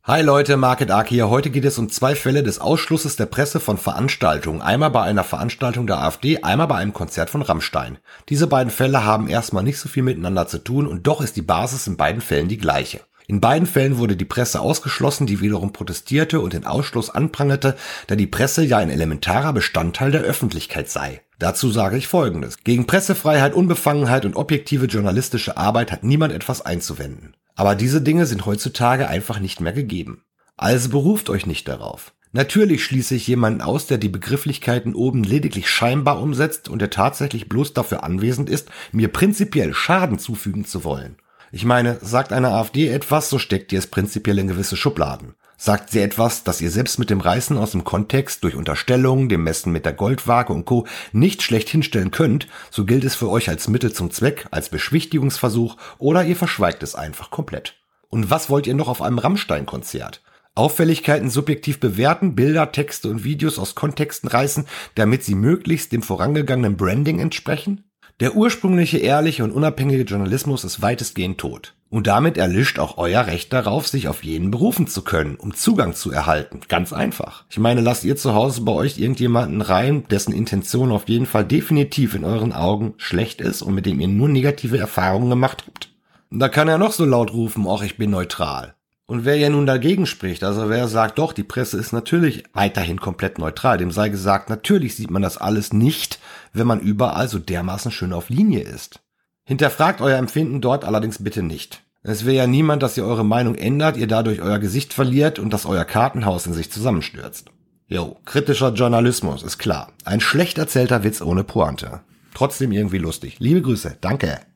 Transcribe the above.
Hi Leute, Market Ark hier. Heute geht es um 2 Fälle des Ausschlusses der Presse von Veranstaltungen. Einmal bei einer Veranstaltung der AfD, einmal bei einem Konzert von Rammstein. Diese beiden Fälle haben erstmal nicht so viel miteinander zu tun und doch ist die Basis in beiden Fällen die gleiche. In beiden Fällen wurde die Presse ausgeschlossen, die wiederum protestierte und den Ausschluss anprangerte, da die Presse ja ein elementarer Bestandteil der Öffentlichkeit sei. Dazu sage ich Folgendes. Gegen Pressefreiheit, Unbefangenheit und objektive journalistische Arbeit hat niemand etwas einzuwenden. Aber diese Dinge sind heutzutage einfach nicht mehr gegeben. Also beruft euch nicht darauf. Natürlich schließe ich jemanden aus, der die Begrifflichkeiten oben lediglich scheinbar umsetzt und der tatsächlich bloß dafür anwesend ist, mir prinzipiell Schaden zufügen zu wollen. Ich meine, sagt eine AfD etwas, so steckt ihr es prinzipiell in gewisse Schubladen. Sagt sie etwas, das ihr selbst mit dem Reißen aus dem Kontext durch Unterstellungen, dem Messen mit der Goldwaage und Co. nicht schlecht hinstellen könnt, so gilt es für euch als Mittel zum Zweck, als Beschwichtigungsversuch oder ihr verschweigt es einfach komplett. Und was wollt ihr noch auf einem Rammstein-Konzert? Auffälligkeiten subjektiv bewerten, Bilder, Texte und Videos aus Kontexten reißen, damit sie möglichst dem vorangegangenen Branding entsprechen? Der ursprüngliche, ehrliche und unabhängige Journalismus ist weitestgehend tot. Und damit erlischt auch euer Recht darauf, sich auf jeden berufen zu können, um Zugang zu erhalten. Ganz einfach. Ich meine, lasst ihr zu Hause bei euch irgendjemanden rein, dessen Intention auf jeden Fall definitiv in euren Augen schlecht ist und mit dem ihr nur negative Erfahrungen gemacht habt. Da kann er noch so laut rufen, ach, ich bin neutral. Und wer ja nun dagegen spricht, also wer sagt, doch, die Presse ist natürlich weiterhin komplett neutral, dem sei gesagt, natürlich sieht man das alles nicht, wenn man überall so dermaßen schön auf Linie ist. Hinterfragt euer Empfinden dort allerdings bitte nicht. Es will ja niemand, dass ihr eure Meinung ändert, ihr dadurch euer Gesicht verliert und dass euer Kartenhaus in sich zusammenstürzt. Jo, kritischer Journalismus, ist klar. Ein schlecht erzählter Witz ohne Pointe. Trotzdem irgendwie lustig. Liebe Grüße, danke.